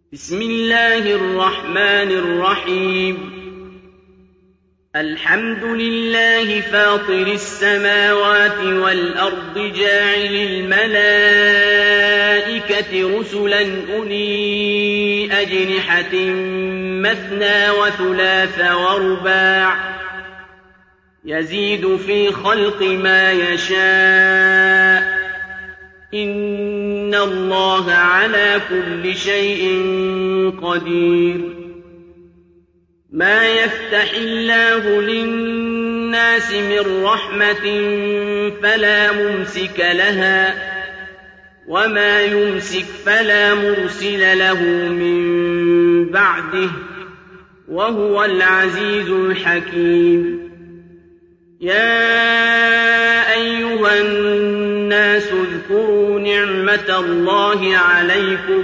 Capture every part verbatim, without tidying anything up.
بسم الله الرحمن الرحيم الحمد لله فاطر السماوات والأرض جاعل الملائكة رسلا أولي أجنحة مثنى وثلاث ورباع يزيد في خلق ما يشاء إن الله على كل شيء قدير ما يفتح الله للناس من رحمة فلا ممسك لها وما يمسك فلا مرسل له من بعده وهو العزيز الحكيم يا أيها الناس اذكروا نعمة الله عليكم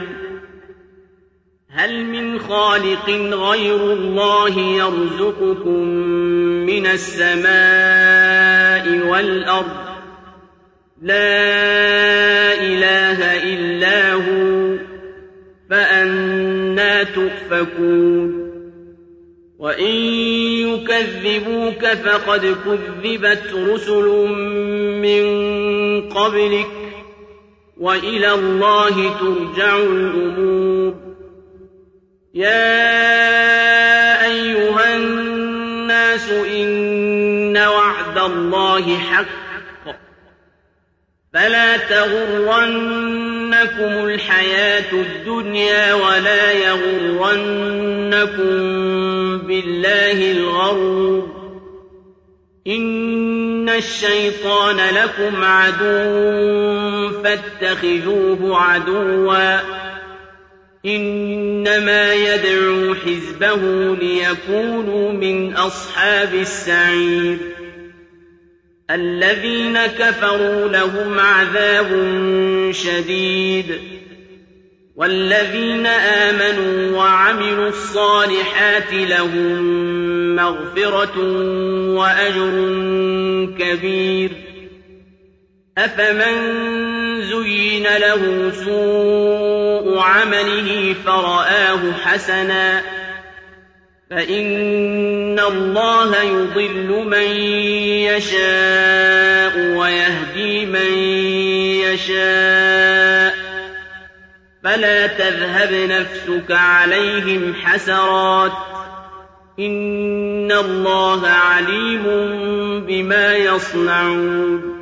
هل من خالق غير الله يرزقكم من السماء والأرض لا إله إلا هو فأنى تؤفكون وإن يكذبوك فقد كذبت رسل من قبلك وإلى الله ترجع الأمور يا أيها الناس إن وعد الله حق فلا تغرنكم الحياة الدنيا ولا يغرنكم بالله الغرور إن الشيطان لكم عدو فاتخذوه عدوا إنما يدعو حزبه ليكونوا من أصحاب السعير الذين كفروا لهم عذاب شديد والذين آمنوا وعملوا الصالحات لهم مغفرة وأجر كبير أفمن زين له سوء عمله فرآه حسنا فإن الله يضل من يشاء ويهدي من يشاء فلا تذهب نفسك عليهم حسرات إن الله عليم بما يصنعون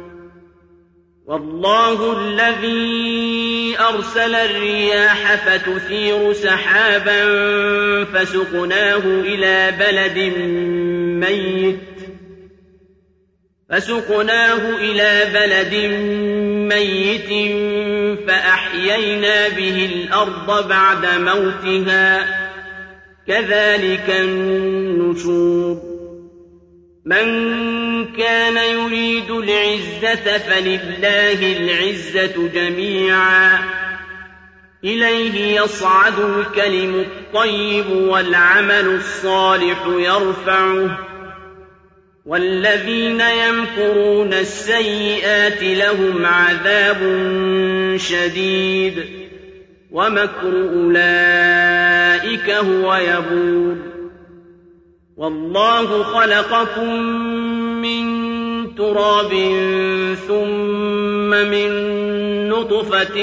والله الذي أرسل الرياح فتثير سحابا فسقناه إلى بلد ميت فسقناه إلى بلد ميت فأحيينا به الأرض بعد موتها كذلك النشور من كان يريد العزة فلله العزة جميعا إليه يصعد الكلم الطيب والعمل الصالح يرفعه والذين يمكرون السيئات لهم عذاب شديد ومكر أولئك هو يبور والله خلقكم من تراب ثم من نطفة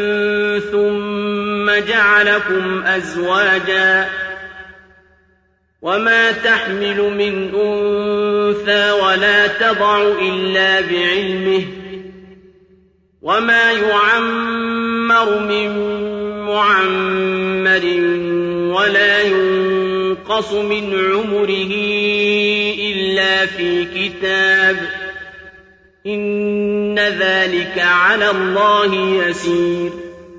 ثم جعلكم أزواجا وما تحمل من أنثى ولا تضع إلا بعلمه وما يعمر من معمر ولا ينقص من عمره إلا في كتاب إن ذلك على الله يسير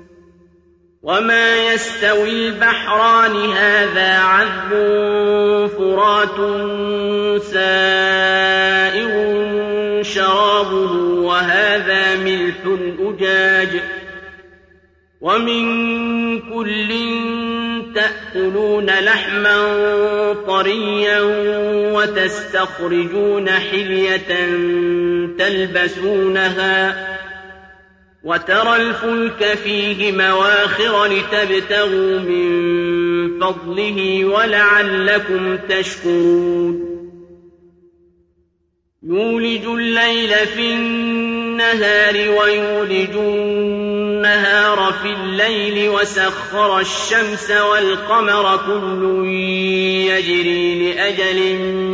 وما يستوي البحران هذا عذب فرات سائغ شرابه وهذا ملح أجاج ومن كل تأكلون لحما طريا وتستخرجون حلية تلبسونها وترى الفلك فيه مواخر لتبتغوا من فضله ولعلكم تشكرون يولج الليل في النهار ويولج النهار في الليل وسخر الشمس والقمر كل يجري لأجل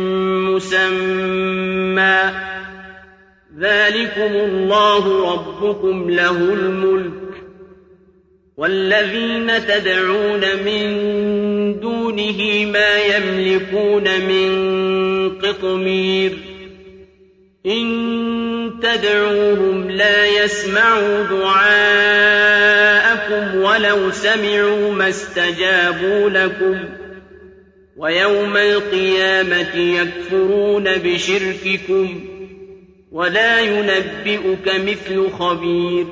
مسمى ذلكم الله ربكم له الملك والذين تدعون من دونه ما يملكون من قطمير إن تدعوهم لا يسمعوا دعاءكم ولو سمعوا ما استجابوا لكم ويوم القيامة يكفرون بشرككم ولا ينبئك مثل خبير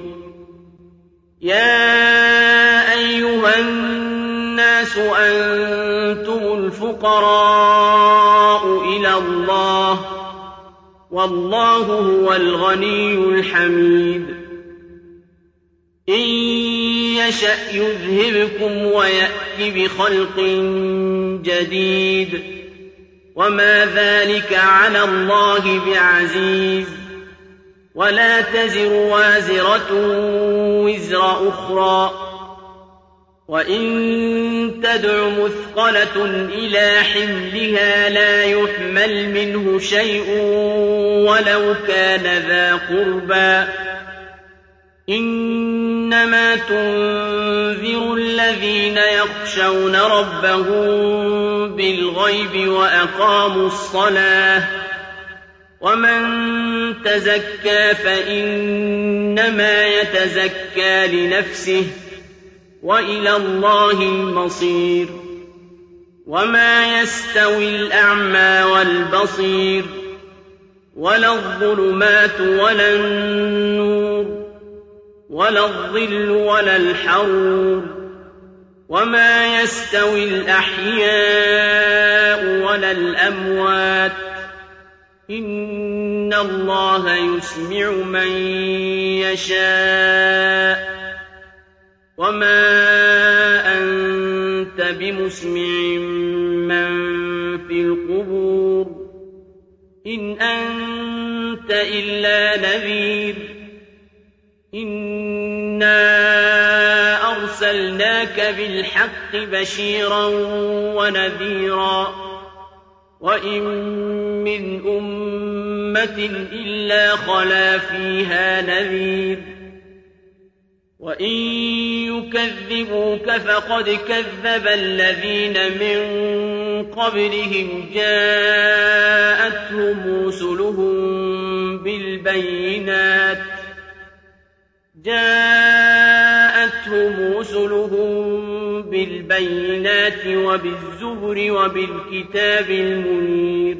يا أيها الناس أنتم الفقراء إلى الله والله هو الغني الحميد إن يشأ يذهبكم ويأت بخلق جديد وما ذلك على الله بعزيز ولا تزر وازرة وزر أخرى وإن تدع مثقلة إلى حملها لا يحمل منه شيء ولو كان ذا قربى إنما تنذر الذين يخشون ربهم بالغيب وأقاموا الصلاة ومن تزكى فإنما يتزكى لنفسه وإلى الله المصير وما يستوي الأعمى والبصير ولا الظلمات ولا النور ولا الظل ولا الحرور وما يستوي الأحياء ولا الأموات إن الله يسمع من يشاء وما أنت بمسمع من في القبور إن أنت إلا نذير إنا أرسلناك بالحق بشيرا ونذيرا وإن من أمة إلا خلا فيها نذير وإن يكذبوك فقد كذب الذين من قبلهم جاءتهم رسلهم بالبينات جاءتهم رسلهم بالبينات وبالزبر وبالكتاب المنير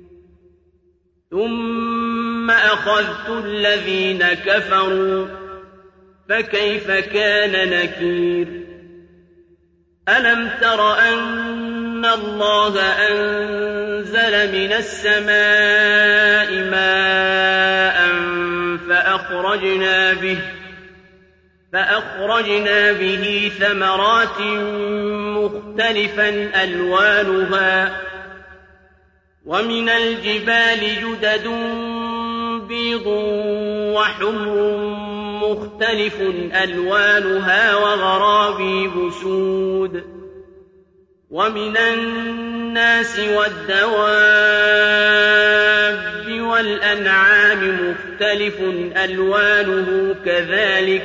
ثم أخذت الذين كفروا فكيف كان نكير ألم تر أن الله أنزل من السماء ماء فأخرجنا به فأخرجنا به ثمرات مختلفا ألوانها ومن الجبال جدد بيض وحمر مختلف ألوانها وغرابيب سود ومن الناس والدواب والأنعام مختلف ألوانه كذلك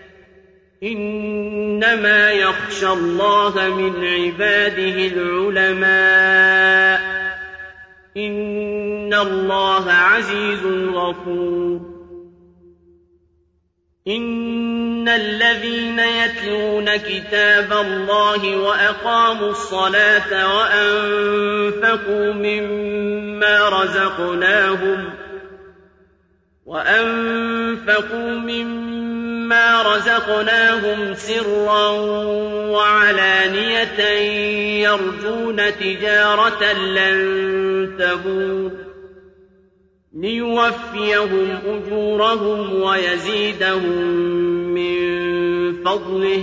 إنما يخشى الله من عباده العلماء إن الله عزيز غفور إن الذين يتلون كتاب الله وأقاموا الصلاة وأنفقوا مما رزقناهم وأنفقوا مما رزقناهم سرا وعلانية يرجون تجارة لن تبور ليوفيهم أجورهم ويزيدهم من فضله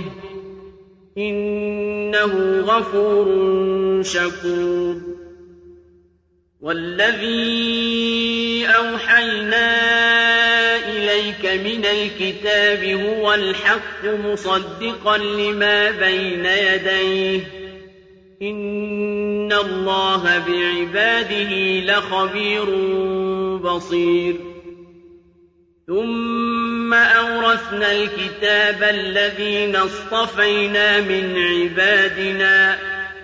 إنه غفور شكور والذي أوحينا إليك من الكتاب هو الحق مصدقا لما بين يديه إن الله بعباده لخبير بصير ثم أورثنا الكتاب الذين اصطفينا من عبادنا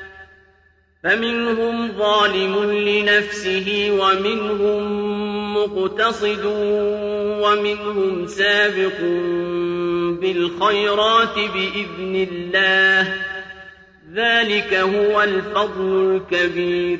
فمنهم ظالم لنفسه ومنهم مقتصد ومنهم سابق بالخيرات بإذن الله ذلك هو الفضل الكبير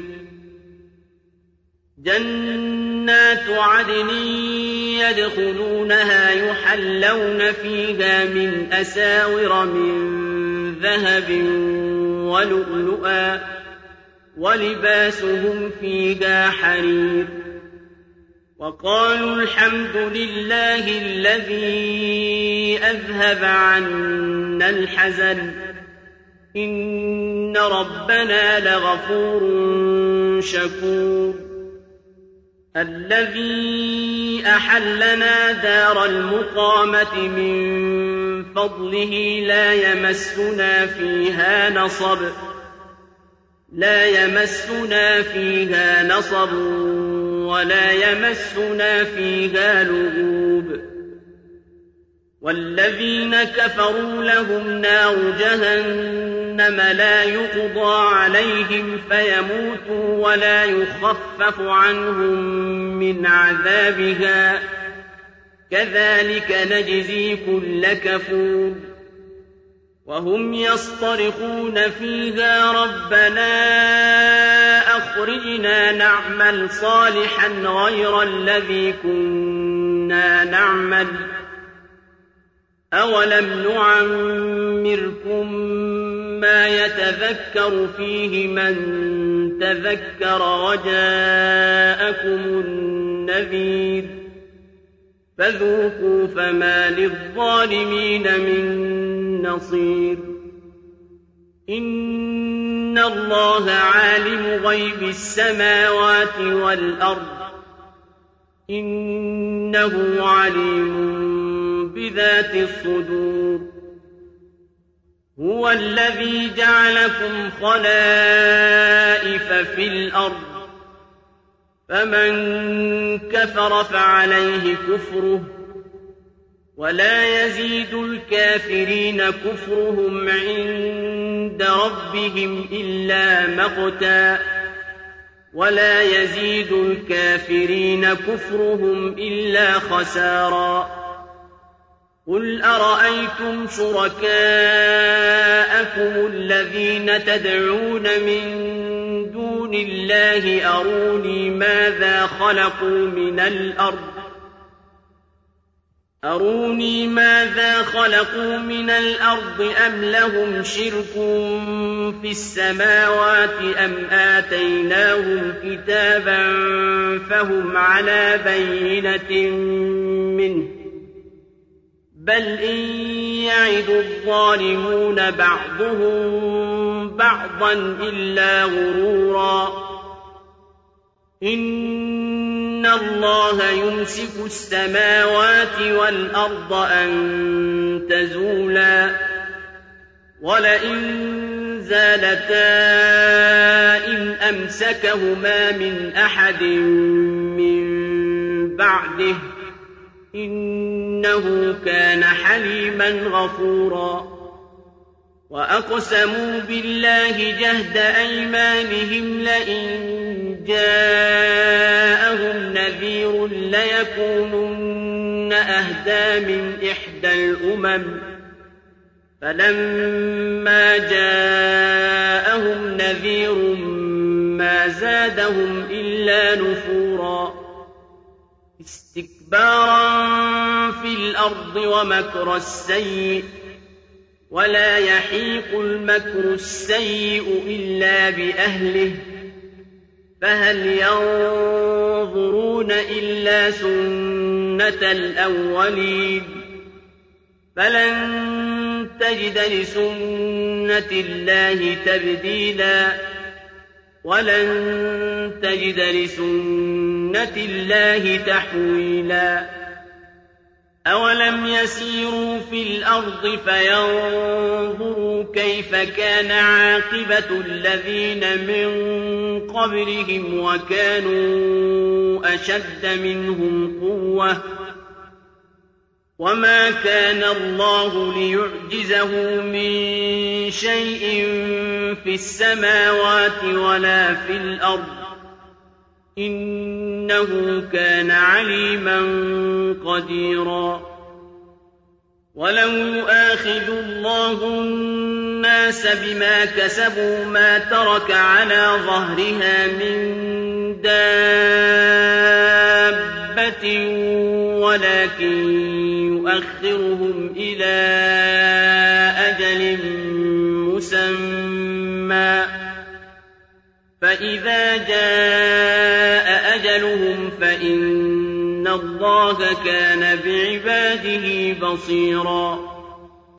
جنات عدن يدخلونها يحلون فيها من أساور من ذهب ولؤلؤا ولباسهم فيها حرير وقالوا الحمد لله الذي أذهب عنا الحزن إن ربنا لغفور شكور الذي أحلنا دار المقامة من فضله لا يمسنا فيها نصب لا يمسنا فيها نصب ولا يمسنا فيها لغوب والذين كفروا لهم نار جهنم لا يقضى عليهم فيموتوا ولا يخفف عنهم من عذابها كذلك نجزي كل كفور وهم يصطرخون فيها ربنا أخرجنا نعمل صالحا غير الذي كنا نعمل أولم نعمركم ما يتذكر فيه من تذكر وجاءكم النذير فذوقوا فما للظالمين من نصير إن الله عالم غيب السماوات والأرض إنه عليم بذات الصدور هو الذي جعلكم خلائف في الأرض فمن كفر فعليه كفره ولا يزيد الكافرين كفرهم عند ربهم إلا مقتا ولا يزيد الكافرين كفرهم إلا خسارا قل أرأيتم شركاءكم الذين تدعون من دون الله أروني ماذا خلقوا من الأرض أروني ماذا خلقوا من الأرض أم لهم شرك في السماوات أم آتيناهم كتابا فهم على بينة منه بل إن يعد الظالمون بعضهم بعضا إلا غرورا إن الله يمسك السماوات والأرض أن تزولا ولئن زالتا إن أمسكهما من أحد من بعده إنه كان حليما غفورا وأقسموا بالله جهد أيمانهم لئن جاءهم نذير ليكونن أهدى من إحدى الأمم فلما جاءهم نذير ما زادهم إلا نفورا استكبارا في الأرض ومكر السيء ولا يحيق المكر السيء إلا بأهله فهل ينظرون إلا سنة الأولين فلن تجد لسنة الله تبديلا ولن تجد لسنة الله تحويلا أولم يسيروا في الأرض فينظروا كيف كان عاقبة الذين من قبلهم وكانوا أشد منهم قوة وما كان الله ليعجزه من شيء في السماوات ولا في الأرض إنه كان عليما قديرا ولو يؤاخذ الله الناس بما كسبوا ما ترك على ظهرها من دابة ولكن يؤخرهم إلى أجل مسمى فإذا جاء أجلهم فإن الله كان بعباده بصيرا